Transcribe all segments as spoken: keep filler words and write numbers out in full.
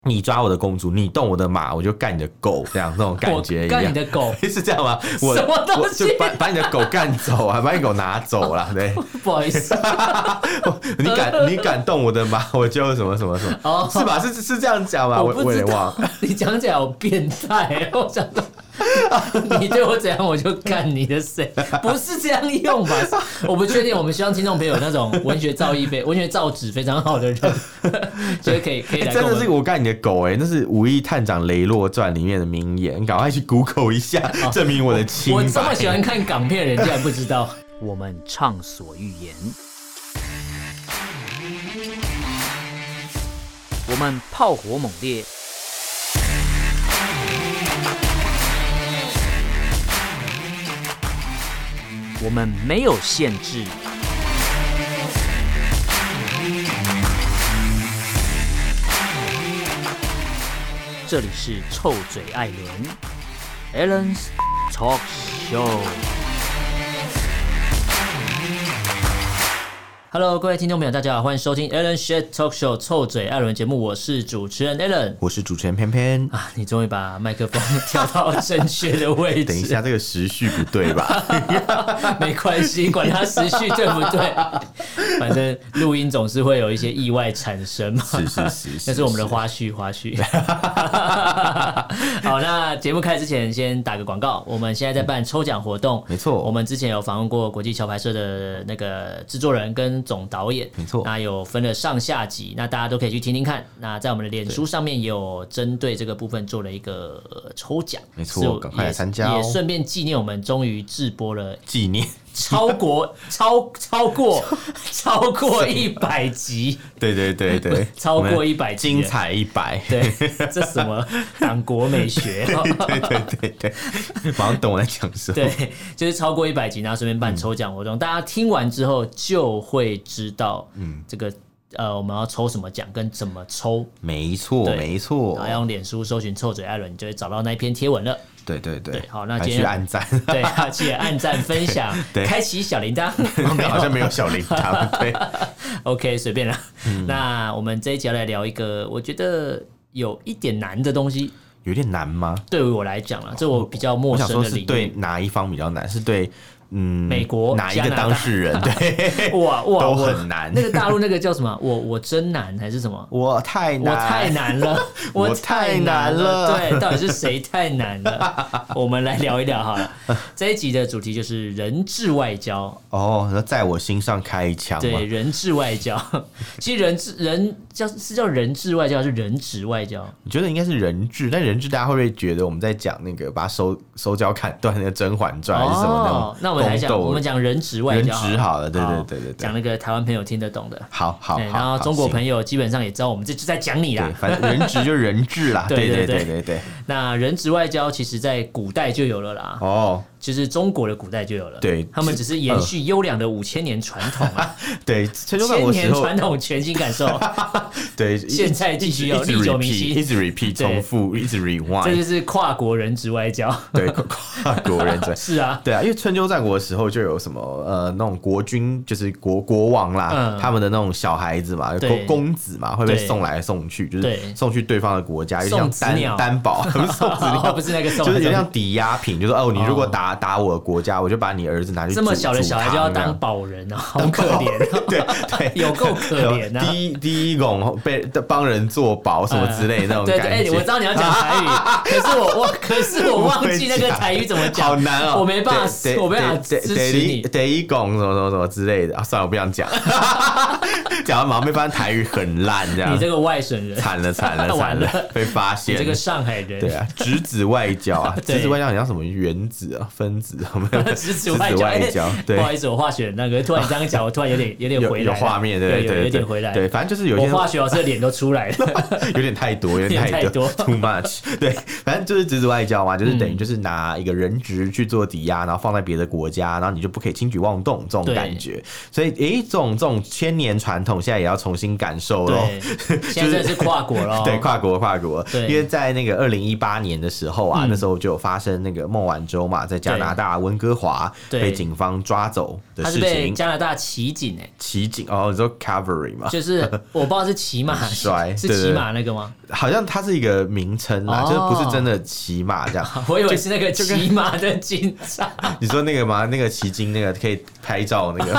你抓我的公主，你动我的马，我就干你的狗，这样这种感觉一样。 干你的狗是这样吗？我什么东西？ 我就把把你的狗干走啊，把你狗拿走啦，对。 不好意思， 你敢你敢动我的马，我就什么什么什么，哦、是吧？是是这样讲吧？ 我不知道， 我你讲起来好变态，我想说。你对我怎样，我就干你的谁？不是这样用吧？我不确定。我们希望听众朋友那种文学造诣非、文学造诣非常好的人，就是可以可以来、欸。 真的是我干你的狗哎、欸！那是《武义探长雷洛传》里面的名言，你赶快去 Google 一下，哦、证明我的清白。 我这么喜欢看港片，人竟然不知道。我们畅所欲言，我们炮火猛烈。我们没有限制，这里是臭嘴艾伦 Alan's Talk Show。Hello， 各位听众朋友，大家好，欢迎收听 Alan Shit Talk Show 臭嘴艾伦节目，我是主持人 Alan， 我是主持人偏偏啊，你终于把麦克风调到正确的位置。 等一下，这个时序不对吧？ 没关系，管它时序对不对，反正录音总是会有一些意外产生嘛。 是是是是， 那是我们的花絮花絮。好，那节目开始之前，先打个广告，我们现在在办抽奖活动， 没错， 我们之前有访问过国际桥牌社的那个制作人跟总导演， 没错， 那有分了上下集，那大家都可以去听听看。那在我们的脸书上面也有针对这个部分做了一个抽奖， 没错，赶快来参加、哦， 也顺便纪念我们终于制播了纪念。 超过超超过超过一百集， 对对对对， 超过一百集， 精彩一百， 对，这什么党国美学？ 对对对对，马上懂我在讲什么。 对，就是超过一百集，然后顺便办抽奖活动，嗯、大家听完之后就会知道，嗯，这个。呃，我们要抽什么奖跟怎么抽？ 没错，没错。 然后用脸书搜寻“臭嘴艾伦”，你就会找到那篇贴文了。 对对 对, 对， 好，那今天去按赞， 对，记得按赞、分享，开启小铃铛。 好像没有小铃铛，对。 OK， 随便了、嗯。那我们这一集要来聊一个，我觉得有一点难的东西。 有点难吗？ 对于我来讲啦，这我比较陌生的领域。我想说是对哪一方比较难？是对。嗯， 美国哪一个当事人对哇哇都很难。 那个大陆那个叫什么？我我真难还是什么？ 我太难， 我太难了， 我太难了。 对，到底是谁太难了？我们来聊一聊好了。这一集的主题就是人质外交。 哦，那在我心上开一枪。 对，人质外交。其实人质人叫是叫人质外交，还是人质外交？ 你觉得应该是人质？但人质大家会不会觉得我们在讲那个把手手脚砍断那个《甄嬛传》还是什么那种？ 那我们来讲，我们讲人质外交， 人质好了，对对对对对， 讲那个台湾朋友听得懂的， 好好好， 然后中国朋友基本上也知道我们这就在讲你啦， 反正人质就人质啦，对对对对对。 那人质外交其实在古代就有了啦，哦。就是中国的古代就有了， 对， 他们只是延续优良的五千年传统啊， 对， 千年传统全新感受， 对， 现在继续要历久弥新， 一直 repeat 重复，一直 rewind， 这就是跨国人质外交， 对，跨国人质是啊， 对啊，因为春秋战国的时候就有什么呃那种国君，就是国国王啦，嗯、他们的那种小孩子嘛，公子嘛，会被送来送去，就是送去对方的国家，就像担担保，不是送子鸟， 不是那个送， 就是有点像抵押品，就是哦，你如果打。打我的国家，我就把你儿子拿去这么小的小孩就要当保人啊，好可怜、啊， 对对， 有够可怜啊！ 第一第一种被帮人做保什么之类的那种感觉。 对对，我知道你要讲台语，可是我我可是我忘记那个台语怎么讲， 好难哦， 我没办法，我没办法支持你。 第一种什么什么什么之类的啊，算了，我不想讲，讲完马上被发现台语很烂，这样。 你这个外省人， 惨了惨了惨了，被发现。 你这个上海人， 对啊，直子外交啊，直子外交很像什么原子啊、分子啊。 直子外交，对，不好意思，我化学那个突然这样讲，我突然有点有点回来， 有画面，对对， 有点回来， 对，反正就是有些我化学老师的脸都出来了， 有点太多，有点太多 ，too much， 对，反正就是直子外交嘛，就是等于就是拿一个人质去做抵押，然后放在别的国家，然后你就不可以轻举妄动这种感觉，所以诶，这种这种千年传统，现在也要重新感受咯。 对，现在真的是跨国咯。 对，跨国跨国。对，因为在那个二零一八年的时候啊，嗯、那时候就有发生那个孟晚舟嘛，在加拿大温哥华被警方抓走的事情。 他是被加拿大骑警哎、欸， 骑警哦，你说 cavalry 嘛？ 就是我不知道是骑马， 帅是骑马那个吗？ 好像它是一个名称啦，哦、就是不是真的骑马这样。 我以为是那个骑马的警察。 你说那个吗？那个骑警那个可以拍照那个。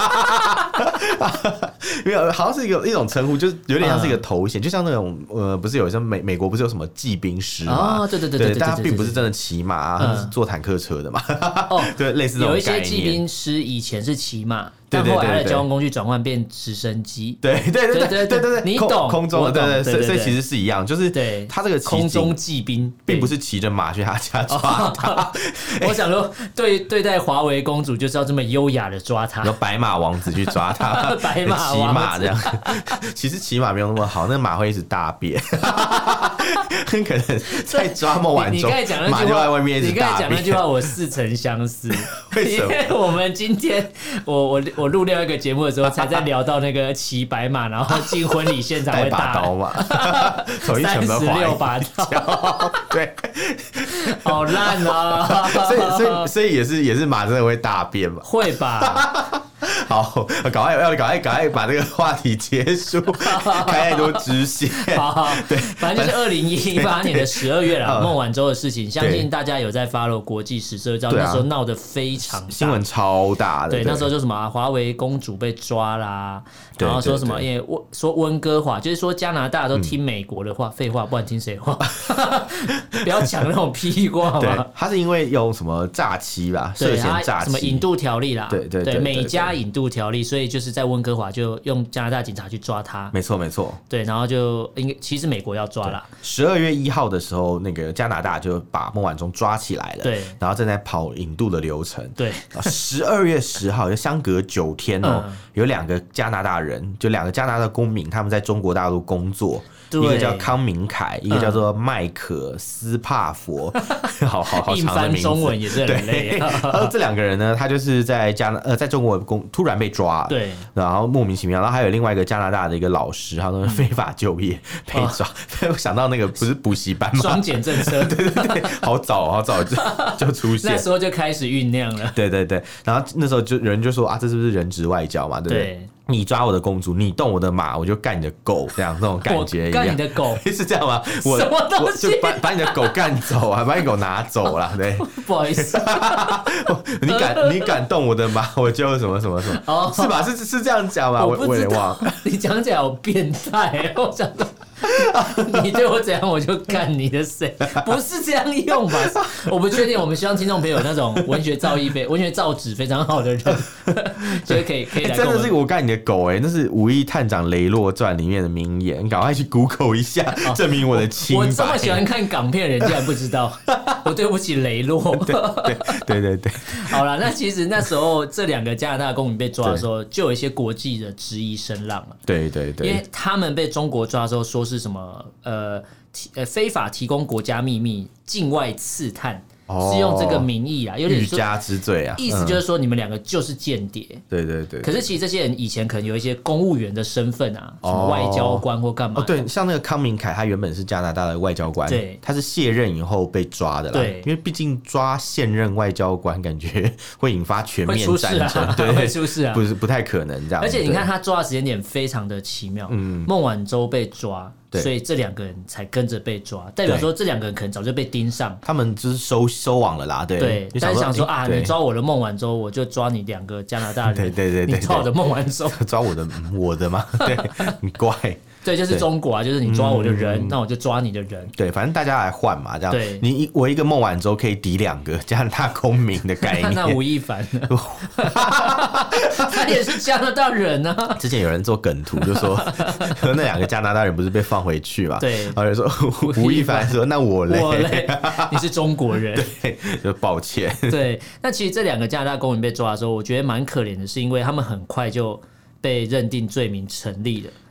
没有，好像是一个一种称呼，就是有点像是一个头衔，嗯、就像那种呃，不是有像美美国不是有什么骑兵师嘛？ 哦，对对对对对， 但他并不是真的骑马、啊，他是坐坦克车的嘛。哦，对，类似那种概念。 有一些骑兵师以前是骑马。但后来它的交通工具转换变直升机， 对对对对对对对， 你懂空中的，对对，所以其实是一样，就是他这个空中骑兵， 并不是骑着马去他家抓他。 我想说，对对待华为公主就是要这么优雅的抓他， 有白马王子去抓他， 白马骑马这样。其实骑马没有那么好，那个马会一直大便，可能在抓孟晚舟，马就在外面一直大便。 你刚才讲那句话，我似曾相识。 为什么？ 因为我们今天我我。我录另外一个节目的时候，才在聊到那个骑白马，然后进婚礼现场会打刀嘛， 三十六把刀， 对， 好烂啊！ 所以所以所以也是也是马真的会大便嘛？ 会吧？ 好，赶快要赶快赶快把这个话题结束，开太多支线。 好，对，反正就是二零一八年的十二月啦，孟晚舟的事情，相信大家有在 follow 国际时事，知道那时候闹得非常大， 新闻超大的。 对，那时候就什么华为公主被抓啦，然后说什么，因为说温哥华，就是说加拿大都听美国的话，废话，不然听谁话？不要讲那种屁话嘛。 他是因为用什么诈欺吧，涉嫌诈欺， 什么引渡条例啦， 对对对， 美加引渡条例，所以就是在温哥华就用加拿大警察去抓他。 没错没错， 对，然后就应该其实美国要抓啦。 十二月一号的时候，那个加拿大就把孟晚舟抓起来了，对，然后正在跑引渡的流程。对，十二月十号就相隔九天哦，嗯、有两个加拿大人，就两个加拿大公民，他们在中国大陆工作。一个叫康明凯，一个叫做麦克斯帕佛，嗯、好好好长的名字， 中文也是很累。 然后这两个人呢，他就是在加拿呃在中国工突然被抓，对，然后莫名其妙，然后还有另外一个加拿大的一个老师，他说非法就业被抓。我、嗯、想到那个不是补习班吗？ 双检政策， 对对对，好早好早就就出现， 那时候就开始酝酿了。 对对对，然后那时候就有人就说啊，这是不是人质外交嘛？对不对？对，你抓我的公主，你动我的马，我就干你的狗，这样那种感觉一样。 干你的狗是这样吗？我什么东西？ 就把把你的狗干走啊，把你狗拿走了，对。 不好意思， 你敢你敢动我的马，我就什么什么什么，哦、是吧？是是这样讲吗？ 我不知道， 我忘了。 你讲起来好变态，我想说。你对我怎样，我就干你的谁？不是这样用吧？我不确定。我们希望听众朋友那种文学造诣非、文学造诣非常好的人，就是可以可以来、欸。 真的是我干你的狗哎、欸！那是《武义探长雷洛传》里面的名言，赶快去 Google 一下，哦、证明我的清白。 我这么喜欢看港片，人竟然不知道，我对不起雷洛。 对对对对对。 好啦，那其实那时候这两个加拿大公民被抓的时候，就有一些国际的质疑声浪了。 对对对， 因为他们被中国抓的时候说。是什么？呃，呃，非法提供国家秘密、境外刺探，哦、是用这个名义啊，有点欲加之罪啊。 意思就是说，你们两个就是间谍。嗯、 对对对。 可是其实这些人以前可能有一些公务员的身份啊，哦、什么外交官或干嘛。 哦，对，像那个康明凯，他原本是加拿大的外交官，对，他是卸任以后被抓的啦。对，因为毕竟抓现任外交官，感觉会引发全面战争， 啊、 对， 会出事啊， 不是不太可能这样。 而且你看他抓的时间点非常的奇妙，嗯，孟晚舟被抓。所以这两个人才跟着被抓，代表说这两个人可能早就被盯上， 他们就是收收网了啦，对。 对，但是想说啊，你抓我的孟晚舟，我就抓你两个加拿大人， 对对对对， 你抓我的孟晚舟， 抓我的我的吗？对，很怪。 对，就是中国啊，就是你抓我的人，嗯、那我就抓你的人。 对，反正大家来换嘛，这样。对，你我一个孟晚舟可以抵两个加拿大公民的概念。 那吴亦凡呢？他也是加拿大人啊。 之前有人做梗图，就说那两个加拿大人不是被放回去嘛？对。然后就说吴亦凡说：“那我嘞， 我嘞，你是中国人。” 对，就抱歉。 对，那其实这两个加拿大公民被抓的时候，我觉得蛮可怜的，是因为他们很快就被认定罪名成立了。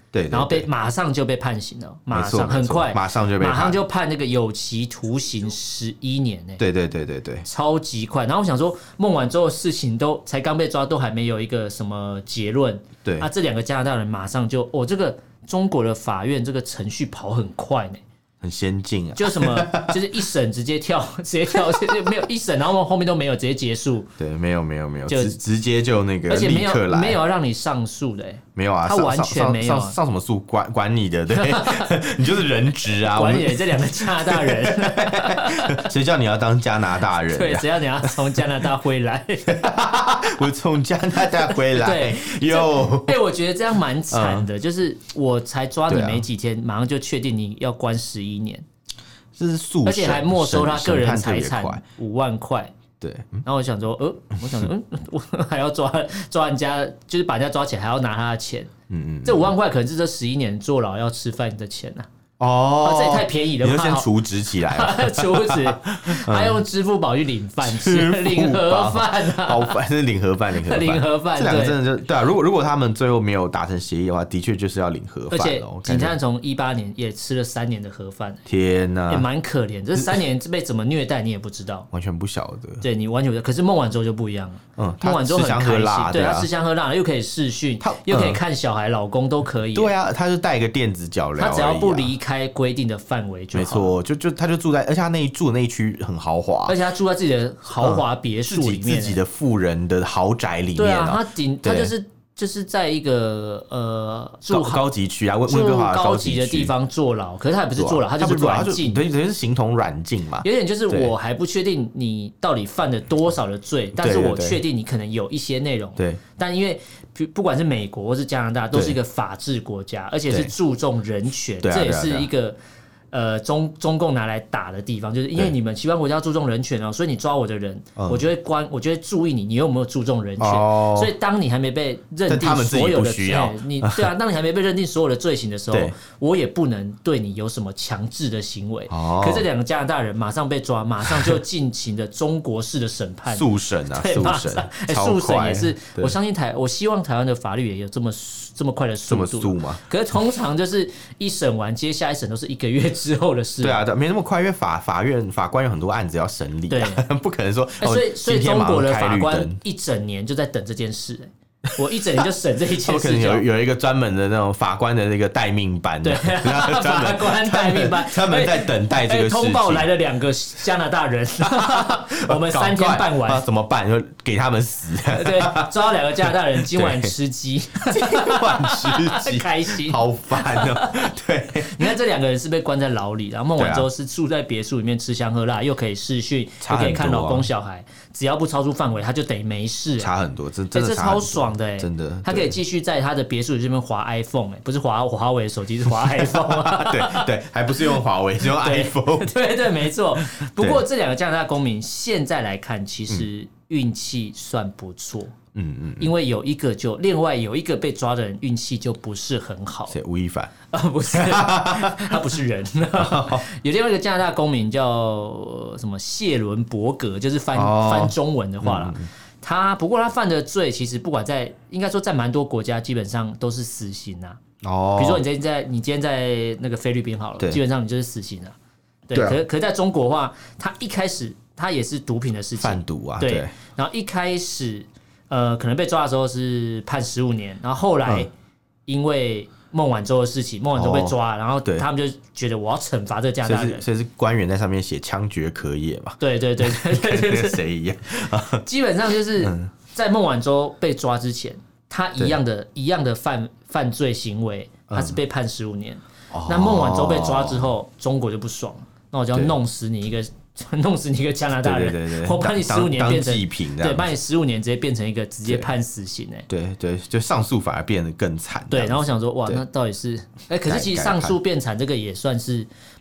对， 然后被马上就被判刑了，马上很快， 马上就被马上就判那个有期徒刑十一年呢。 对对对对对， 超级快。然后我想说，孟晚舟的事情都才刚被抓，都还没有一个什么结论。 对啊，这两个加拿大人马上就，哦，这个中国的法院这个程序跑很快呢。 很先进啊， 就什么，就是一审直接跳，直接跳，没有一审，然后后面都没有，直接结束。 对，没有没有没有，直直接就那个， 而且没有立刻来没有让你上诉的， 没有啊， 他完全没有上上什么诉，管管你的，对，你就是人质啊， 管你这两个加拿大人， 谁叫你要当加拿大人？ 对，谁叫你要从加拿大回来？ 我从加拿大回来， 对， 哟， 哎，我觉得这样蛮惨的，就是我才抓你没几天，马上就确定你要关十一年， 这是速审， 而且还没收他个人财产五万块。 对， 然后我想说，呃，我想说，嗯，我还要抓抓人家，就是把人家抓起来，还要拿他的钱，嗯嗯，这五万块可能是这十一年坐牢要吃饭的钱呐、啊。 哦， 这也太便宜了吧！ 你就先储值起来了， 储值，还用支付宝去领饭吃，领盒饭啊， 好烦，是领盒饭，领盒饭， 领盒饭， 这两个真的就对啊。如果如果他们最后没有达成协议的话，的确就是要领盒饭。 而且警探从一八年也吃了三年的盒饭， 天哪， 也蛮可怜。这三年被怎么虐待你也不知道， 完全不晓得。 对你完全不知道。可是孟晚舟就不一样了， 嗯， 孟晚舟很开心，对他他吃香喝辣，又可以视讯，又可以看小孩、老公都可以。 对啊，他就带一个电子脚镣， 他只要不离开规定的范围就好。 没错，就就他就住在，而且他那一住的那一区很豪华， 而且他住在自己的豪华别墅里面， 自己的富人的豪宅里面。 对啊，他顶他就是就是在一个呃住高级区啊，温哥华高级的地方坐牢，可是他也不是坐牢，他就是软禁， 等于等于是形同软禁嘛。 有点就是我还不确定你到底犯了多少的罪，但是我确定你可能有一些内容。 对， 但因为不管是美国或是加拿大，都是一个法治国家，而且是注重人权，这也是一个。呃，中中共拿来打的地方，就是因为你们西方国家注重人权哦，所以你抓我的人，嗯、我就会关，我就会注意你，你有没有注重人权。哦、所以当你还没被认定所有的罪，你对啊，当你还没被认定所有的罪行的时候，我也不能对你有什么强制的行为。哦、可是这两个加拿大人马上被抓，马上就进行了中国式的审判， 速审啊，速审， 哎，速审也是，我相信台，我希望台湾的法律也有这么这么快的速度， 这么速吗？ 可是通常就是一审完，接下一审都是一个月之后的事。 对啊，没那么快，因为法法院法官有很多案子要审理、啊，对，不可能说。 欸、所以所以中国的法官一整年就在等这件事、欸。我一整年就审这一件事， 可能有有一个专门的那种法官的那个待命班， 对，法官待命班， 他们在等待这个事情。 通报来了两个加拿大人，我们三天办完， 啊、怎么办？就给他们死。 对，抓两个加拿大人，今晚吃鸡， 今晚吃鸡， 开心， 好烦哦。对， 你看这两个人是被关在牢里，然后孟晚舟是住在别墅里面吃香喝辣，又可以视讯，又可以看老公小孩，只要不超出范围，他就等于没事， 差很多，真真的这超爽。对， 真的， 他可以继续在他的别墅这边滑 iPhone， 哎，不是滑华为手机，是滑 iPhone 啊。 对对，还不是用华为，是用 iPhone。 对 对, 对，没错。不过这两个加拿大公民现在来看，其实运气算不错。嗯嗯，因为有一个就另外有一个被抓的人运气就不是很好。 谁？吴亦凡啊？不是，他不是人。有另外一个加拿大公民叫什么谢伦伯格，就是翻、哦、翻中文的话啦。嗯他不过他犯的罪，其实不管在应该说在蛮多国家，基本上都是死刑啊。哦，比如说你今天在你今天在那个菲律宾好了，基本上你就是死刑啊。对，对啊、可可是在中国的话，他一开始他也是毒品的事情， 贩毒啊。 对， 对然后一开始呃可能被抓的时候是判十五年，然后后来因为孟晚舟的事情，孟晚舟被抓，哦、然后他们就觉得我要惩罚这个加拿大人， 所以是官员在上面写枪决可也嘛？ 对对对对对对， 跟谁一样？ 基本上就是在孟晚舟被抓之前，他一样的一样的犯犯罪行为，他是被判十五年。嗯、那孟晚舟被抓之后，中国就不爽了，那我就要弄死你一个。弄死你一个加拿大人， 对对对对， 我把你十五年变成祭品， 对，把你十五年直接变成一个直接判死刑哎、欸， 对对，就上诉反而变得更惨。 对，然后我想说，哇，那到底是哎、欸，可是其实上诉变惨这个也算是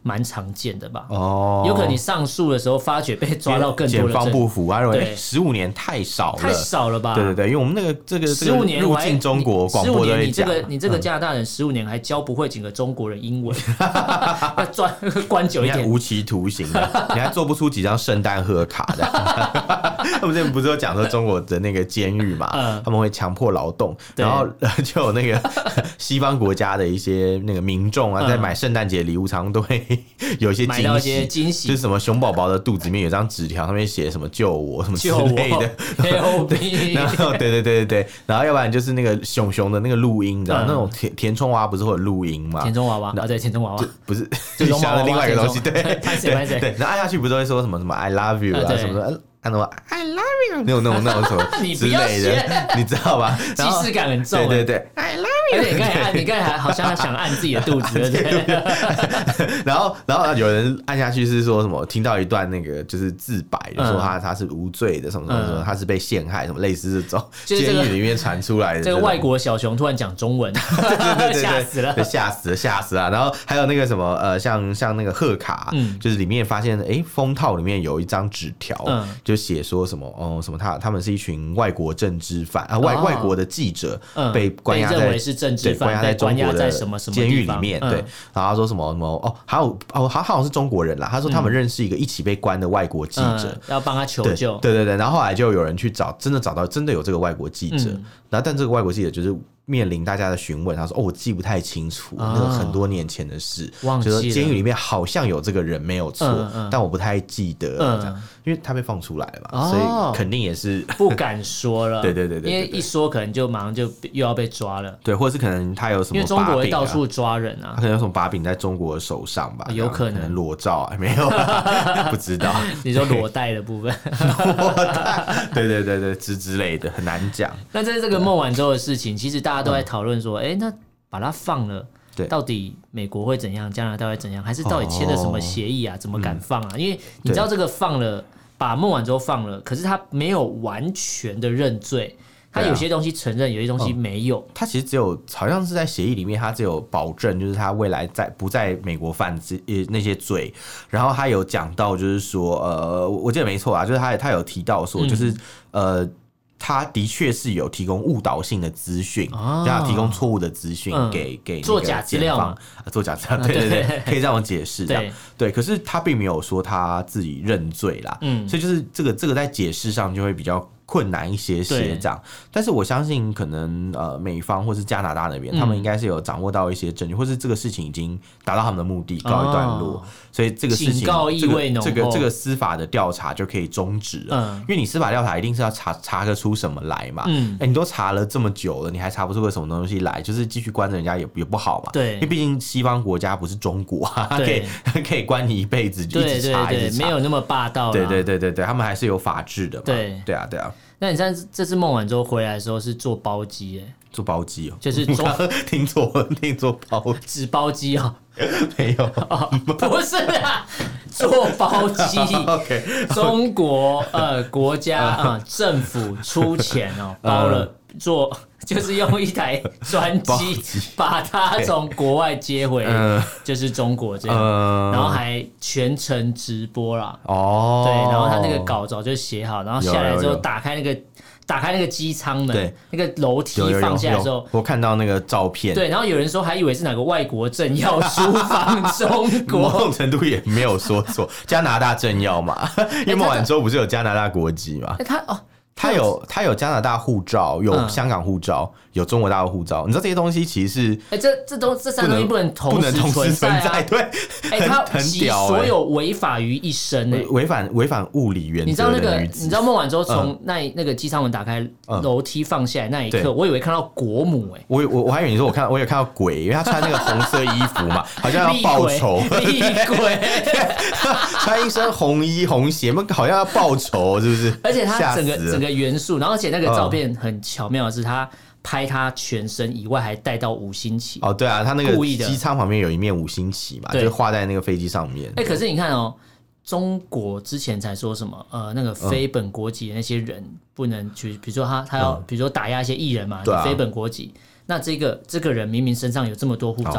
蛮常见的吧？哦，有可能你上诉的时候发觉被抓到更多的检方不服，他认为十五年太少了， 太少了吧？ 对对对，因为我们那个这个十五年入境中国广播都会讲， 你这个你这个加拿大人十五年还教不会几个中国人英文，要抓关久一点， 无期徒刑的，你还做不出几张圣诞贺卡的。他们之前不是有讲说中国的那个监狱嘛，嗯、他们会强迫劳动，然后就有那个西方国家的一些那个民众啊，在买圣诞节礼物，常常都会有一些惊喜， 惊喜就是什么熊宝宝的肚子里面有张纸条，上面写什么救我什么之类的，对，然后对对对对对，然后要不然就是那个熊熊的那个录音，你知道、嗯、那种填填充娃娃不是会有录音吗？ 填充娃娃啊，对，填充娃娃不是，就想了另外一个东西，对， 拍谁拍谁， 对，然后按下去不是会说什么什么 I love you 啊，什么什么。看到 I love you 那种那种那种什么之类的，你知道吧？ 既视感很重， 对对对 ，I love you。而且你刚才按，你刚才好像想按自己的肚子，对不对？ 然后然后有人按下去是说什么？听到一段那个就是自白，就说他他是无罪的，什么什么什么，他是被陷害，什么类似这种监狱里面传出来的。 这个外国小熊突然讲中文，吓死了， 吓死了，吓死了。然后还有那个什么呃，像像那个贺卡，就是里面发现哎，封套里面有一张纸条，就写说什么哦什么他他们是一群外国政治犯啊外、哦、外国的记者被关押在、 嗯、被认为是政治犯， 关押在中国的监狱里面， 嗯、 对，然后他说什么什么哦还有哦他好像是中国人啦，他说他们认识一个一起被关的外国记者， 嗯、要帮他求救， 对对对，然后后来就有人去找，真的找到真的有这个外国记者，嗯、然后但这个外国记者就是面临大家的询问，他说：“哦，我记不太清楚，哦、那个很多年前的事，就说监狱里面好像有这个人没有错，嗯嗯、但我不太记得，嗯、这样，因为他被放出来了嘛，哦、所以肯定也是不敢说了。 对对对 对, 对， 因为一说可能就马上就又要被抓了， 对，或者是可能他有什么把柄、啊， 因为中国会到处抓人啊， 他可能有什么把柄在中国的手上吧， 有可能, 可能裸照啊，没有，不知道。 你说裸贷的部分， 裸贷，对对对对之之类的，很难讲。 那在这个孟晚舟的事情，其实大家都在讨论说。哎，那把它放了，到底美国会怎样，加拿大会怎样，还是到底签了什么协议啊？哦、怎么敢放啊？嗯、因为你知道这个放了，把孟晚舟放了，可是他没有完全的认罪，他有些东西承认，有些东西没有。 他其实只有好像是在协议里面，他只有保证，就是他未来在不在美国犯那些罪，然后他有讲到，就是说，呃，我记得没错啊，就是他他有提到说，就是、嗯、呃。他的确是有提供误导性的资讯，哦、然后提供错误的资讯给、嗯、给做假资料嘛， 做假资料，对对对，可以这样解释这样，对。可是他并没有说他自己认罪啦，嗯，所以就是这个这个在解释上就会比较困难一些些这样。但是我相信可能呃美方或是加拿大那边，嗯、他们应该是有掌握到一些证据，或是这个事情已经达到他们的目的，告一段落。哦、所以这个事情， 告意味浓厚， 这个这个这个司法的调查就可以终止了。嗯、因为你司法调查一定是要查查个出什么来嘛。嗯，哎、欸，你都查了这么久了，你还查不出个什么东西来，就是继续关着人家也也不好嘛。 对， 因为毕竟西方国家不是中国啊，可以可以关你一辈子，就一直查， 对对对，一直查，没有那么霸道。 对对对对对，他们还是有法治的嘛。对对啊对啊。 那你像这次孟晚舟回来的时候是坐包机哎， 坐包机哦， 就是中听错听错包纸包机哦， 没有、 哦，不是啊，坐包机 ，OK， 中国呃国家啊、呃、政府出钱哦，包了坐。就是用一台专机把他从国外接回，就是中国这样，呃、然后还全程直播啦。哦，对，然后他那个稿早就写好，然后下来之后打开那个打开那个机舱门，那个楼梯放下来之后， 我看到那个照片。 对，然后有人说还以为是哪个外国政要疏放中国， 某种程度也没有说错，加拿大政要嘛，因为孟晚舟不是有加拿大国籍嘛？ 他哦。 他有他有加拿大护照，有香港护照，嗯、有中国大陆护照。你知道这些东西其实是， 哎、欸，这这都这三个东西不能同时存在、啊， 在对， 哎、欸，他集所有违法于一身、欸， 违反违反物理原则。 你知道那个？你知道孟晚舟从那、嗯、那个机舱门打开，楼梯放下来那一刻，嗯、我以为看到国母、欸，哎， 我我我还以为你说我看我有看到鬼，因为他穿那个红色衣服嘛，好像要报仇， 厉鬼， 穿一身红衣红鞋，好像要报仇，是不是？ 而且他整个整个元素，然后而且那个照片很巧妙的是，他拍他全身以外还带到五星旗。 哦，对啊，他那个机舱旁边有一面五星旗嘛，就画在那个飞机上面。 哎、欸，可是你看哦，中国之前才说什么呃，那个非本国籍的那些人不能去，比如说他他要，比如说打压一些艺人嘛，嗯啊、非本国籍。那这个这个人明明身上有这么多护照。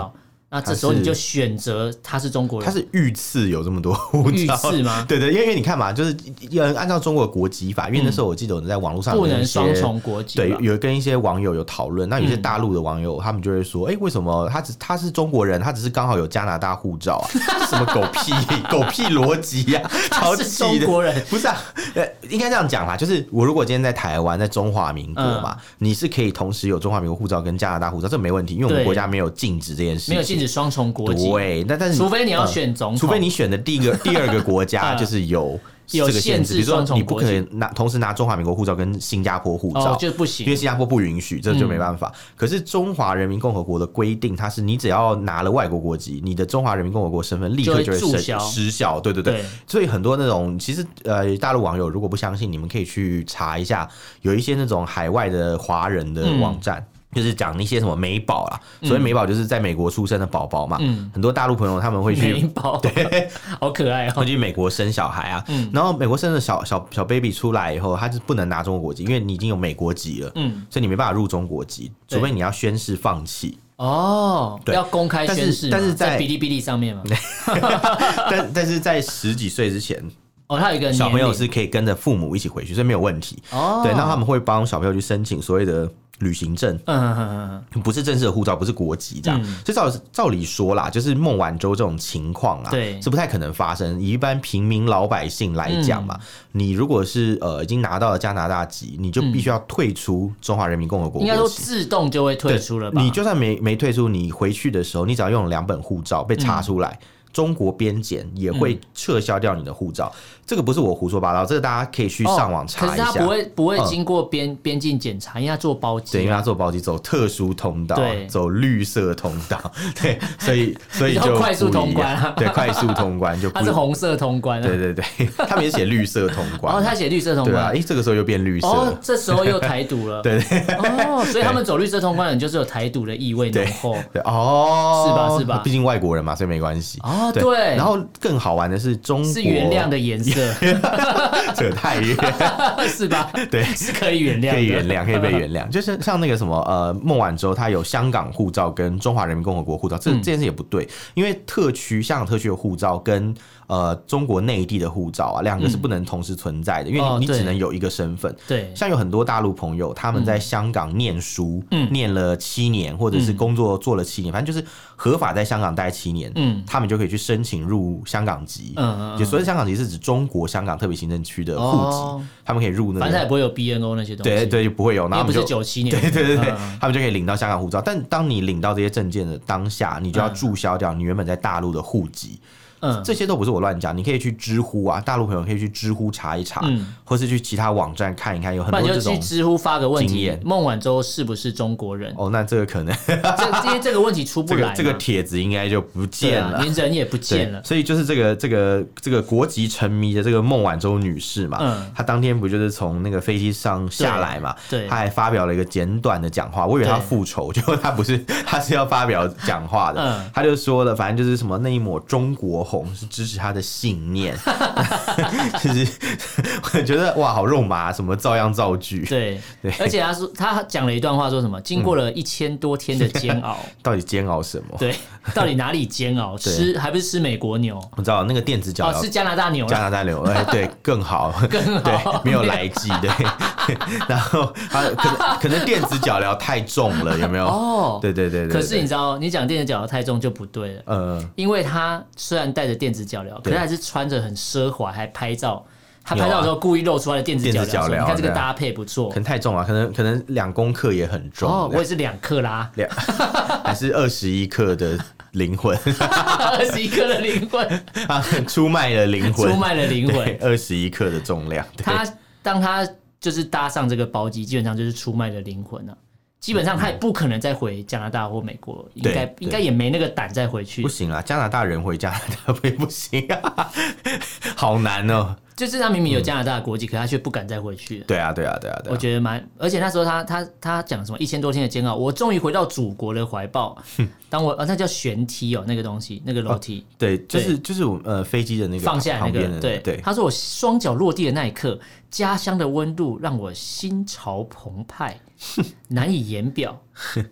那这时候你就选择他是中国人， 他是御赐有这么多护照， 御赐吗？ 对对，因为你看嘛，就是按照中国的国籍法，因为那时候我记得我在网络上不能双重国籍， 对，有跟一些网友有讨论，那有些大陆的网友他们就会说，哎、欸，为什么他只他是中国人，他只是刚好有加拿大护照啊？什么狗屁狗屁逻辑呀？ 他是中国人， 不是啊？呃，应该这样讲啦，就是我如果今天在台湾，在中华民国嘛，嗯、你是可以同时有中华民国护照跟加拿大护照，这没问题，因为我们国家没有禁止这件事情， 没有禁止双重国籍。 对，那但是除非你要选总统、呃， 除非你选的第一个第二个国家就是有。 有限制， 比如说你不可能拿同时拿中华民国护照跟新加坡护照， 哦，就不行， 因为新加坡不允许，这就没办法。嗯、可是中华人民共和国的规定，它是你只要拿了外国国籍，你的中华人民共和国身份立刻就会失效。对对对，对所以很多那种其实呃大陆网友如果不相信，你们可以去查一下，有一些那种海外的华人的网站。嗯就是讲那些什么美宝啦，所谓美宝就是在美国出生的宝宝嘛，嗯，很多大陆朋友他们会去美宝， 对， 好可爱哦， 会去美国生小孩啊，嗯，然后美国生的小小小 baby 出来以后，他是不能拿中国国籍，因为你已经有美国籍了，嗯，所以你没办法入中国籍，除非你要宣誓放弃。 哦，要公开宣誓， 但是在哔哩哔哩上面嘛， 但但是在十几岁之前。 哦，他有一个小朋友是可以跟着父母一起回去，所以没有问题。哦，对，那他们会帮小朋友去申请所谓的旅行证，嗯嗯嗯嗯，不是正式的护照，不是国籍这样。嗯、就照照理说啦，就是孟晚舟这种情况啊，对，是不太可能发生。以一般平民老百姓来讲嘛，嗯、你如果是呃已经拿到了加拿大籍，你就必须要退出中华人民共和国国籍， 应该说自动就会退出了吧？ 你就算没没退出，你回去的时候，你只要用两本护照被查出来。嗯中国边检也会撤销掉你的护照，嗯、这个不是我胡说八道，这个大家可以去上网查一下。 哦、可是他不会不会经过边、嗯、边境检查，因为他做包机、啊， 对，因为他做包机走特殊通道，走绿色通道，对，所以所以就快速通关、啊， 对，快速通关就他是红色通关、啊， 对对对，他们也写绿色通关， 哦，他写绿色通关， 对啊，哎，这个时候又变绿色了， 哦，这时候又台独了， 对对， 哦，所以他们走绿色通关的人就是有台独的意味浓厚， 对哦， 是吧是吧？ 毕竟外国人嘛，所以没关系， 哦，对， 然后。更好玩的是中国是原谅的颜色， 这太远是吧？ 对， 是可以原谅， 可以原谅，可以被原谅。就是像那个什么呃，孟晚舟她有香港护照跟中华人民共和国护照，这、嗯、这件事也不对，因为特区香港特区的护照跟呃中国内地的护照啊，两个是不能同时存在的，嗯、因为你只能有一个身份。对，像有很多大陆朋友他们在香港念书，嗯、念了七年，或者是工作做了七年，反正就是合法在香港待七年，嗯，他们就可以去申请入香港籍，嗯，就所谓香港籍是指中国香港特别行政区的户籍，哦、他们可以入那个， 反正也不会有 B N O 那些东西， 对对，不会有，然后不是九七年， 对对对对，嗯、他们就可以领到香港护照。但当你领到这些证件的当下，你就要注销掉你原本在大陆的户籍。嗯，这些都不是我乱讲，你可以去知乎啊，大陆朋友可以去知乎查一查，嗯、或是去其他网站看一看，有很多这种经验。 就去知乎发个问题，孟晚舟是不是中国人？ 哦，那这个可能， 这因为这个问题出不来， 这个帖子应该就不见了， 连、啊、人也不见了。 所以就是这个这个这个国籍沉迷的这个孟晚舟女士嘛，嗯，她当天不就是从那个飞机上下来嘛，对，她还发表了一个简短的讲话，我以为她复仇，结果她不是，她是要发表讲话的，嗯，她就说了，反正就是什么那一抹中国红是支持她的信念，就是我觉得哇，好肉麻，什么照样造句， 对对，而且他说他讲了一段话，说什么经过了一千多天的煎熬， 嗯、到底煎熬什么？ 对，到底哪里煎熬？吃还不是吃美国牛？ 我知道那个电子脚镣、 哦、是加拿大牛， 加拿大牛，哎，对，更好， 更好， 对，没有来剂，对，然后他可能可能电子脚镣太重了，有没有？哦，对对 对, 对, 对。 可是你知道，你讲电子脚镣太重就不对了，嗯，因为他虽然戴着电子脚镣。可是还是穿着很奢华，还拍照。他拍照的时候故意露出他的电子脚镣，你看这个搭配不错。 可能太重了，可能可能两公克也很重。 哦，我也是两克拉， 两还是二十一克的灵魂， 二十一克的灵魂啊，出卖了灵魂， 出卖了灵魂， 二十一克的重量。 他当他就是搭上这个包机，基本上就是出卖了灵魂了。基本上他也不可能再回加拿大或美国，应该应该也没那个胆再回去。 不行啊，加拿大人回加拿大会不行啊，好难哦。 就是他明明有加拿大的国籍，嗯、可他却不敢再回去。 对啊，对啊，对啊，对啊。 我觉得蛮，而且那时候他他他讲什么一千多天的煎熬，我终于回到祖国的怀抱。当我、啊、那叫旋梯哦，那个东西，那个楼梯。 哦、对，就是就是呃飞机的那个放下来那个，对对。 他说我双脚落地的那一刻，家乡的温度让我心潮澎湃，难以言表。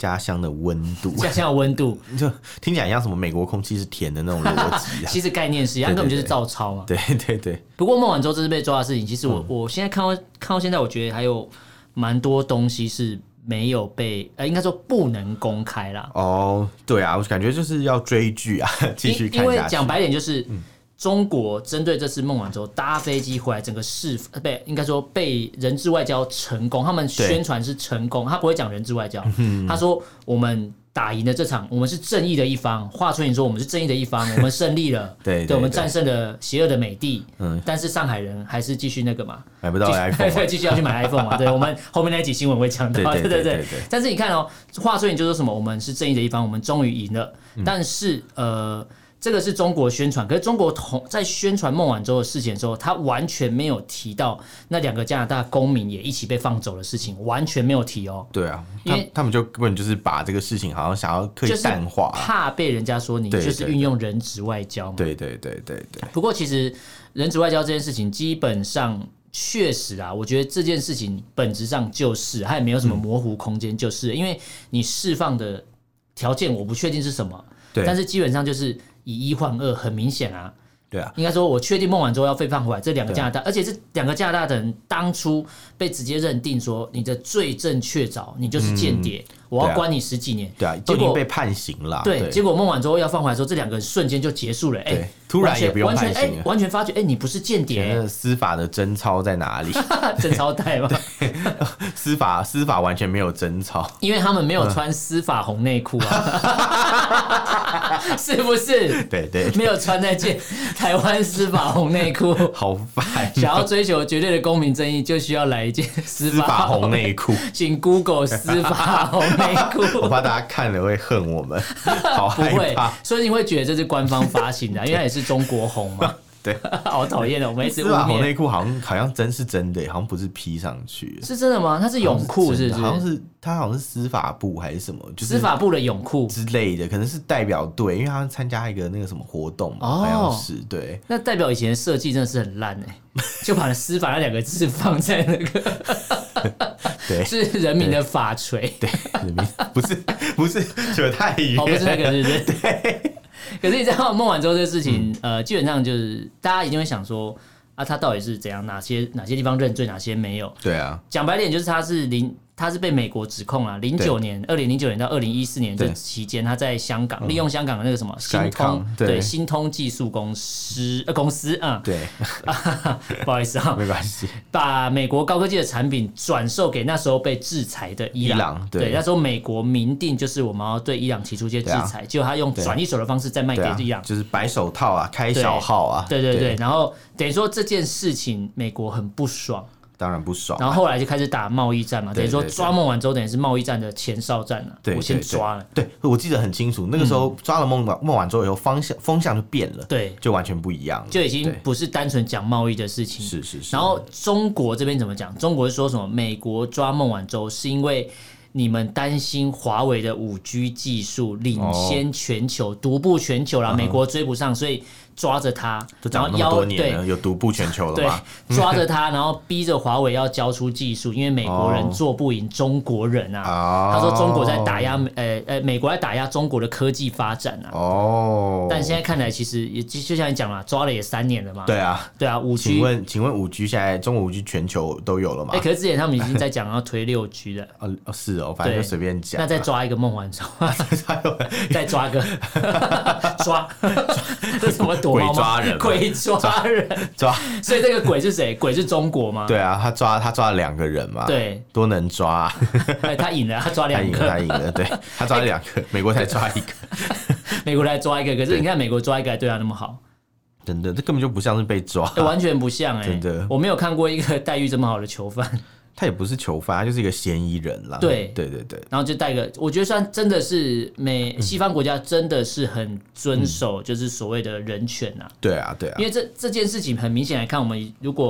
家乡的温度， 家乡的温度就听起来像什么美国空气是甜的那种逻辑、啊。 其实概念是一样，根本就是照抄嘛。 对对对。 不过孟晚舟这次被抓的事情，其实我、嗯、我现在看到看到现在，我觉得还有蛮多东西是没有被呃，应该说不能公开啦。哦， 对啊，我感觉就是要追剧啊，继续看下去。 因为讲白点就是。嗯，中国针对这次孟晚舟搭飞机回来，整个事被应该说被人质外交成功，他们宣传是成功，他不会讲人质外交，嗯、他说我们打赢了这场，我们是正义的一方。华春莹说我们是正义的一方，我们胜利了， 对, 对, 对，我们战胜了邪恶的美帝。嗯，但是上海人还是继续那个嘛， 买不到 iPhone， 对，继续要去买 iPhone 嘛。对，我们后面那一集新闻会讲到，对对 对, 对, 对。但是你看哦，华春莹就说什么，我们是正义的一方，我们终于赢了。嗯、但是呃。这个是中国宣传，可是中国同在宣传孟晚舟的事情的时候，他完全没有提到那两个加拿大公民也一起被放走的事情，完全没有提哦。 对啊，因为他们就根本就是把这个事情好像想要刻意淡化， 就是、怕被人家说你就是运用人质外交嘛。 对对对对 对, 對。 不过其实人质外交这件事情，基本上确实啊，我觉得这件事情本质上就是，它也没有什么模糊空间，就是、嗯、因为你释放的条件我不确定是什么，但是基本上就是。以一换二，很明显啊。 对啊， 应该说，我确定孟晚舟要被放回来，这两个加拿大，而且这两个加拿大的人当初被直接认定说你的罪证确凿，你就是间谍、嗯，我要关你十几年。 对啊，都已经被判刑了。 对，对结果孟晚舟要放回来的时候，这两个人瞬间就结束了。哎、欸， 突然也不用判刑了， 完全、欸、完全发觉，哎、欸，你不是间谍。 司法的贞操在哪里？ 贞操带吗？ 司法司法完全没有贞操， 因为他们没有穿司法红内裤啊，是不是？ 对对， 没有穿那件台湾司法红内裤， 好烦、喔！ 想要追求绝对的公平正义，就需要来一件司法红内裤。 请 Google 司法红内裤， 我怕大家看了会恨我们，好害怕。 不会，所以你会觉得这是官方发行的、啊，因为它也是中国红嘛。 对， 好讨厌的，我们一直司法红内裤好像好像真是真的，好像不是 P 上去， 是真的吗？它是泳裤，是不是？ 好像是它好像是司法部还是什么，就是司法部的泳裤之类的，可能是代表队，因为他参加一个那个什么活动嘛，哦、好像是对。 那代表以前的设计真的是很烂哎、欸，就把司法那两个字放在那个。 对， 是人民的法锤。 对，人民不是不是扯太远， 哦，不是那个，是不是？ 对。 可是你知道孟晚舟这个事情、嗯，呃，基本上就是大家一定会想说，啊，他到底是怎样？哪些哪些地方认罪，哪些没有？ 对啊， 讲白点就是他是零。他是被美国指控啊，零九年，二零零九年到二零一四年这期间，他在香港利用香港的那个什么新通，对新通技术公司呃公司啊， 对， 不好意思啊， 没关系， 把美国高科技的产品转售给那时候被制裁的伊朗，伊朗 对, 对，那时候美国明定就是我们要对伊朗提出一些制裁，结果、啊、他用转一手的方式再卖给伊朗、啊， 就是白手套啊，开小号啊， 对对 对, 对，然后等于说这件事情美国很不爽。 当然不爽、啊， 然后后来就开始打贸易战嘛，等于说抓孟晚舟等于是贸易战的前哨战了。对，我先抓了。 对，我记得很清楚，那个时候抓了孟孟晚舟以后，方向风向就变了，对，就完全不一样了， 就已经不是单纯讲贸易的事情。 是是是。 然后中国这边怎么讲？中国是说什么？美国抓孟晚舟是因为你们担心华为的五 G 技术领先全球，独步全球啦，美国追不上，所以。抓着他， 然后要对有独步全球了吗？ 对，抓着他，然后逼着华为要交出技术，因为美国人做不赢中国人啊。哦、他说中国在打压，呃呃，美国在打压中国的科技发展啊。哦。但现在看来，其实也就像你讲了，抓了也三年了嘛。 对啊， 对啊，五 G。 请问，请问五 G 现在中国五 G 全球都有了吗？ 哎、欸，可是之前他们已经在讲要推六 G 了。 哦哦，是哦，反正就随便讲。 那再抓一个孟晚舟，再抓个抓，这什么？ 鬼抓人， 鬼抓人， 抓， 所以这个鬼是谁？鬼是中国吗？ 对啊，他抓他抓了两个人嘛，对，多能抓、啊哎，他赢了，他抓两个， 他赢了，他赢了，对他抓了两个，美国才抓一个， 美国才抓一个，可是你看美国抓一个还对他那么好， 真的，这根本就不像是被抓， 欸、完全不像哎、欸， 真的， 我没有看过一个待遇这么好的囚犯。 他也不是囚犯，他就是一个嫌疑人啦。 对对对对， 然后就带个，我觉得算真的是美西方国家真的是很遵守，就是所谓的人权啊。 对啊对啊， 因为这这件事情很明显来看，我们如果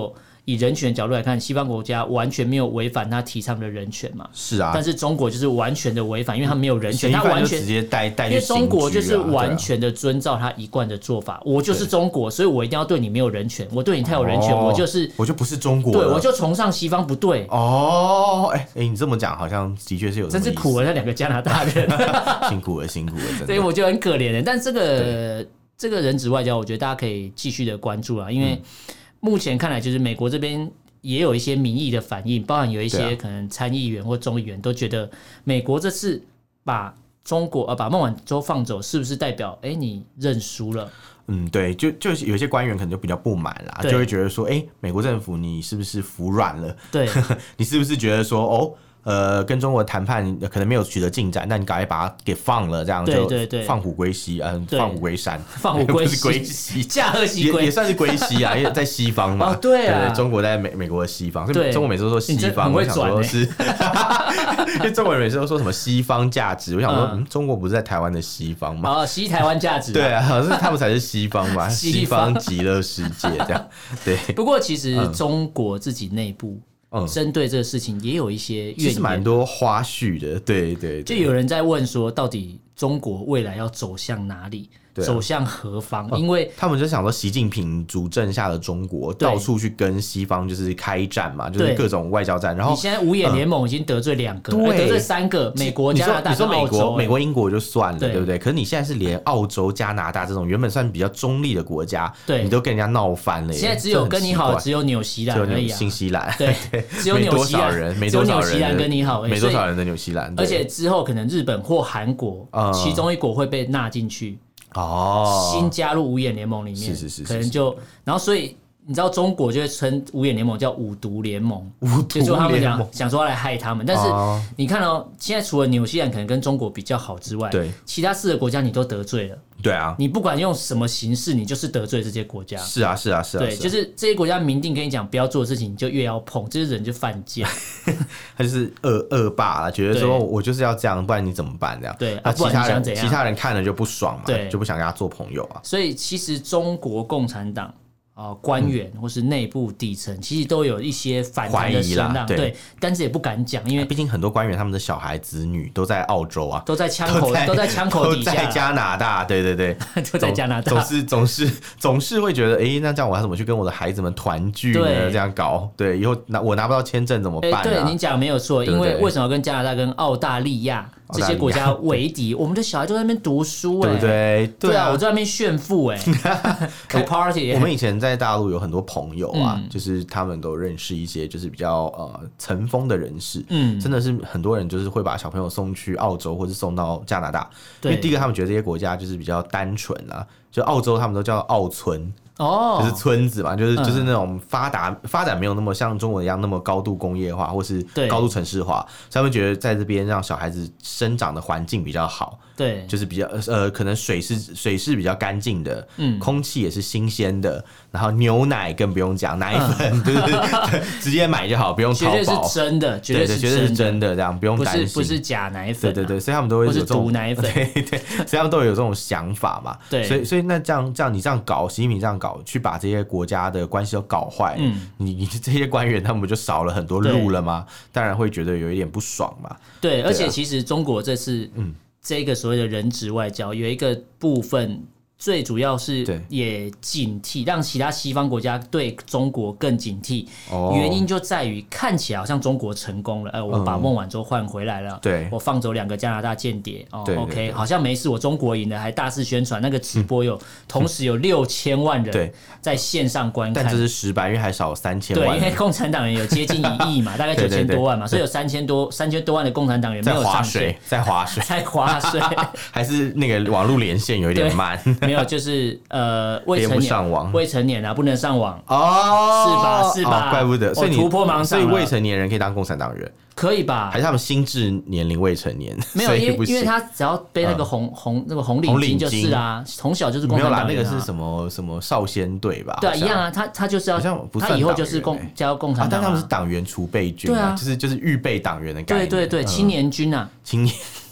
以人权的角度来看，西方国家完全没有违反他提倡的人权嘛？ 是啊， 但是中国就是完全的违反，因为他没有人权，他完全直接带带、啊， 因为中国就是完全的遵照他一贯的做法。我就是中国，所以我一定要对你没有人权，我对你太有人权，哦、我就是我就不是中国， 对我就崇尚西方，不对哦。哎、欸、哎，你这么讲好像的确是有这么意思， 真是苦了那两个加拿大人， 辛苦了辛苦了，真的。 所以我觉得很可怜的。但这个这个人质外交，我觉得大家可以继续的关注啊，因为目前看来就是美国这边。也有一些民意的反应，包含有一些可能参议员或众议员都觉得，美国这次把中国呃把孟晚舟放走，是不是代表哎、欸、你认输了？ 嗯，对，就就有些官员可能就比较不满啦，就会觉得说，哎、欸，美国政府你是不是服软了？ 对， 你是不是觉得说，哦？呃，跟中国谈判可能没有取得进展，那你赶快把它给放了，这样就放虎归西，嗯、呃，放虎归山， 放虎归西， 归西， 驾鹤西归， 也算是归西啊，因为在西方嘛， 哦，对啊， 对对，中国在美美国的西方，所以中国每次都说西方，我想说是，因为中国人每次都说什么西方价值，我想说，嗯，中国不是在台湾的西方吗？ 哦，西台湾价值， 对啊，好像是他们才是西方嘛，西方极乐世界这样，对。 不过其实中国自己内部。嗯，针对这个事情也有一些怨言， 其实蛮多花絮的，对 对, 对。 就有人在问说，到底中国未来要走向哪里？啊、走向何方？因为他们就想说，习近平主政下的中国到处去跟西方就是开战嘛，就是各种外交战。然后你现在五眼联盟已经得罪两个，嗯、得罪三个，美国、加拿大跟澳洲。 你说美国、美国、英国就算了， 对, 对不对？可是你现在是连澳洲、加拿大这种原本算比较中立的国家，你都跟人家闹翻了耶。 现在只有跟你好，只有纽西兰而已、啊， 新西兰对，只有纽西兰人， 没多少人，只有纽西兰跟你好， 没多少人的纽西兰。 而且之后可能日本或韩国、嗯、其中一国会被纳进去。哦，新加入五眼联盟里面， 是是 是, 是， 可能就然后所以你知道中国就会称五眼联盟叫五毒联盟， 五毒就是说他们讲想说要来害他们，但是你看到、哦、现在除了纽西兰可能跟中国比较好之外， 对， 其他四个国家你都得罪了。 对啊， 你不管用什么形式，你就是得罪这些国家。 是啊，是啊，是啊。 对，就是这些国家明定跟你讲不要做的事情，你就越要碰，这些人就犯贱。 他就是恶恶霸啦，觉得说我就是要这样，不然你怎么办？这样。 对， 那其他人其他人看了就不爽嘛，对，就不想跟他做朋友啊。 所以其实中国共产党。呃、官员或是内部底层、嗯，其实都有一些反弹的声浪，对，对，但是也不敢讲，因为毕竟很多官员他们的小孩子女都在澳洲啊， 都在枪口，都在枪口底下， 都在加拿大，对对对， 都在加拿大， 总是总是总是会觉得，哎、欸，那这样我要怎么去跟我的孩子们团聚呢？这样搞，对，以后拿我拿不到签证怎么办、啊欸？ 对，你讲没有错，因为为什么要跟加拿大跟澳大利亚？这些国家为敌，我们的小孩都在那边读书、欸，对不对？ 对啊，我在那边炫富、欸，哎，开 party、欸。 我们以前在大陆有很多朋友啊、嗯，就是他们都认识一些就是比较呃层峰的人士，嗯，真的是很多人就是会把小朋友送去澳洲或是送到加拿大，因为第一个他们觉得这些国家就是比较单纯啊，就澳洲他们都叫澳村。哦，就是村子嘛，就是就是那种发达、嗯、发展没有那么像中国一样那么高度工业化或是高度城市化，所以他们觉得在这边让小孩子生长的环境比较好，对，就是比较呃可能水是水是比较干净的，嗯，空气也是新鲜的，然后牛奶更不用讲，奶粉对对对，直接买就好，不用淘宝， 绝对是真的，绝对是真的， 绝对是真的，这样不用担心， 不是不是假奶粉、啊， 对对对，所以他们都会有这种毒奶粉， 对对，所以他们都有这种想法嘛，对，所以所以那这样这样你这样搞，习近平这样搞。去把这些国家的关系都搞坏，嗯，你你这些官员他们不就少了很多路了吗？当然会觉得有一点不爽嘛。 对，对啊、而且其实中国这次，嗯，这个所谓的人质外交有一个部分。最主要是也警惕，让其他西方国家对中国更警惕。哦、原因就在于看起来好像中国成功了，呃，我把孟晚舟换回来了，对、嗯，我放走两个加拿大间谍，哦对对对 ，OK， 好像没事，我中国赢了，还大肆宣传，那个直播有、嗯、同时有六千万人在线上观看， 但这是失败，因为还少三千万人， 对，因为共产党员有接近一亿嘛，大概九千多万嘛，所以有三千多三千多万的共产党员没有上线， 在划水， 在划水， 还是那个网络连线有一点慢。 没有，就是呃未成年， 未成年啊，不能上网哦， 是吧？是吧？ 哦、怪不得，所以你突破盲上， 所以未成年人可以当共产党员， 可以吧？ 还是他们心智年龄未成年？ 没有，因为因为他只要背那个红、嗯、红那个红领巾就是啊，从小就是共产党员、啊。 没有啦，那个是什么什么少先队吧？ 对啊，一样啊，他他就是要，他以后就是共加入共产党、啊啊，但他们是党员储备军啊，就是就是预备党员的概念。 对对对，青年军啊， 青年。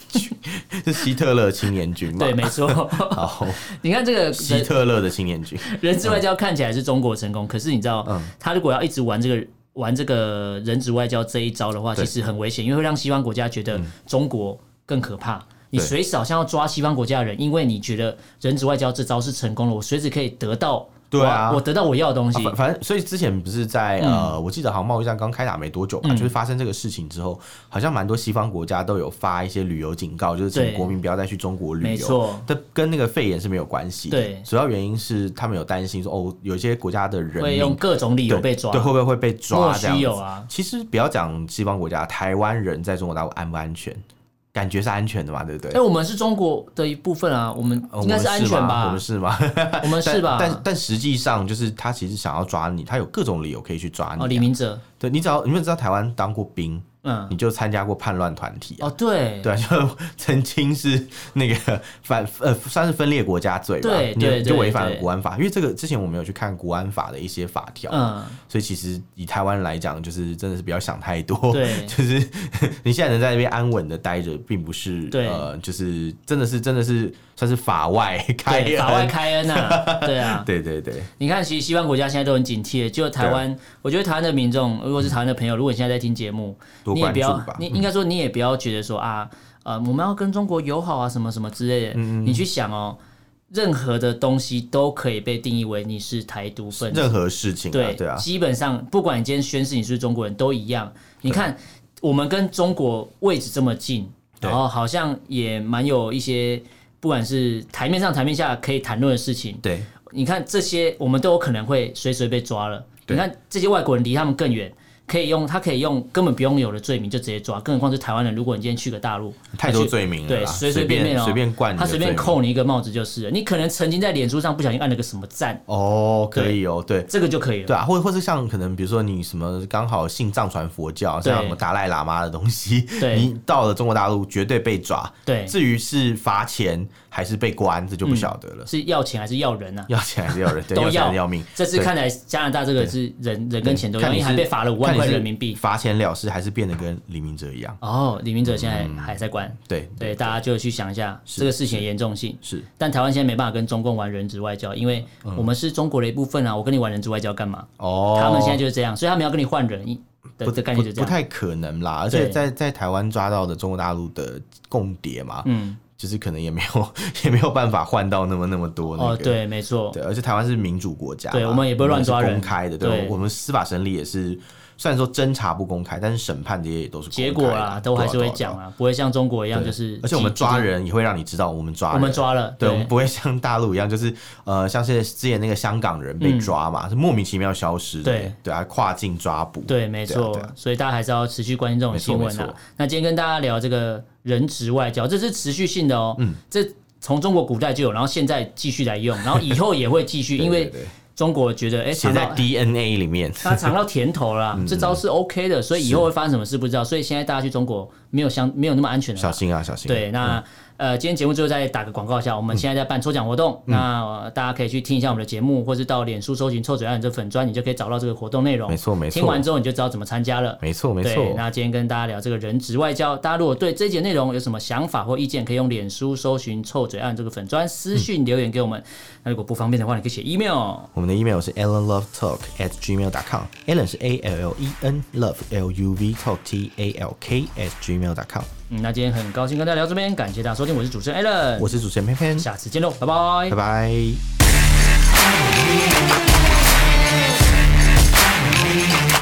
军，是希特勒青年军嘛？ 对，没错。好，你看这个希特勒的青年军， 人质外交看起来是中国成功，嗯、可是你知道，嗯、他如果要一直玩这个玩这个人质外交这一招的话，其实很危险，因为会让西方国家觉得中国更可怕。嗯，你随时好像要抓西方国家的人，因为你觉得人质外交这招是成功了，我随时可以得到。对啊，我得到我要的东西。 啊、反正，所以之前不是在、嗯、呃，我记得好像贸易战刚开打没多久吧，嗯、就是发生这个事情之后，好像蛮多西方国家都有发一些旅游警告，就是请国民不要再去中国旅游。没错，但跟那个肺炎是没有关系的。对，主要原因是他们有担心说，哦，有些国家的人会用各种理由被抓， 对，会不会会被抓这样子？ 有啊。 其实不要讲西方国家，台湾人在中国大陆安不安全？感觉是安全的嘛，对不对？ 哎、欸，我们是中国的一部分啊，我们应该是安全吧？ 我们是吗？ 我们是吧？ 但 但, 但实际上，就是他其实想要抓你，他有各种理由可以去抓你、啊。 哦，李明哲， 对你只要你们知道台湾当过兵。嗯，你就参加过叛乱团体、啊、 哦，对对，就曾经是那个反呃算是分裂国家罪吧， 对对， 就违反了国安法。因为这个之前我们有去看国安法的一些法条，嗯，所以其实以台湾来讲，就是真的是不要想太多，对，就是你现在能在那边安稳的待着，并不是呃，就是真的是真的是算是法外开恩， 法外开恩啊，对啊， 对对对。 你看，其实西方国家现在都很警惕，就台湾，我觉得台湾的民众，如果是台湾的朋友，如果你现在在听节目。你也不要，你应该说你也不要觉得说啊，呃，我们要跟中国友好啊，什么什么之类的。嗯、你去想哦，任何的东西都可以被定义为你是台独分子。 任何事情、啊， 对对啊， 基本上不管你今天宣誓你是中国人都一样。你看，我们跟中国位置这么近，然后好像也蛮有一些，不管是台面上、台面下可以谈论的事情。 对， 你看这些，我们都有可能会随时被抓了。你看这些外国人离他们更远。可以用，他可以用根本不用有的罪名就直接抓，更何况是台湾人。如果你今天去个大陆， 太多罪名了， 对，随随便便哦， 随便冠， 他随便扣你一个帽子就是了。你可能曾经在脸书上不小心按了个什么赞， 哦，可以哦，对， 这个就可以了， 对啊，或或是像可能比如说你什么刚好信藏传佛教，像什么达赖喇嘛的东西，你到了中国大陆绝对被抓。对，至于是罚钱还是被关，这就不晓得了。 嗯、是要钱还是要人啊？ 要钱还是要人？对， 都要要命。 这次看来加拿大这个是人人跟钱都要，因为还被罚了五万块人民币。 罚钱了事，还是变得跟李明哲一样？ 哦，李明哲现在还在关。 嗯、对对, 对，大家就去想一下这个事情的严重性。 是， 但台湾现在没办法跟中共玩人质外交，因为我们是中国的一部分啊。我跟你玩人质外交干嘛？哦，他们现在就是这样，所以他们要跟你换人的的概念就这样， 不太可能啦。而且在在台湾抓到的中国大陆的共谍嘛，嗯。就是可能也没有也没有办法换到那么那么多那个、 哦，对，没错， 对，而且台湾是民主国家， 对，我们也不会乱抓人， 公开的，对，对我们司法审理也是，虽然说侦查不公开，但是审判这些也都是公开的， 结果啊，都还是会讲啊，不会像中国一样就是， 而且我们抓人也会让你知道我们抓人， 我们抓了， 对，对我们不会像大陆一样，就是呃，像是之前那个香港人被抓嘛，嗯、是莫名其妙消失的，对，对啊，跨境抓捕， 对，没错，啊啊、所以大家还是要持续关心这种新闻啊。那今天跟大家聊这个。人质外交，这是持续性的哦。嗯，这从中国古代就有，然后现在继续来用，然后以后也会继续，因为中国觉得哎， 写在 D N A 里面， 他尝到甜头了，这招是 OK 的，所以以后会发生什么事不知道。所以现在大家去中国没有相没有那么安全的， 小心啊，小心。 对，那。嗯呃，今天节目最后再打个广告一下，我们现在在办抽奖活动，嗯、那、呃、大家可以去听一下我们的节目，或是到脸书搜寻臭嘴艾伦这粉专，你就可以找到这个活动内容。 没错没错， 听完之后你就知道怎么参加了。 没错没错。 那今天跟大家聊这个人质外交，大家如果对这一节内容有什么想法或意见，可以用脸书搜寻臭嘴艾伦这个粉专私讯留言给我们。嗯、那如果不方便的话，你可以写 email。 我们的 email 是 allenlovetalk at gmail dot com，Allen 是 A L L E N，Love L U V Talk T A L K at gmail dot com。 嗯，那今天很高兴跟大家聊这边，感谢大家收听，我是主持人 Allen， 我是主持人偏偏， 下次见喽，拜拜， 拜拜。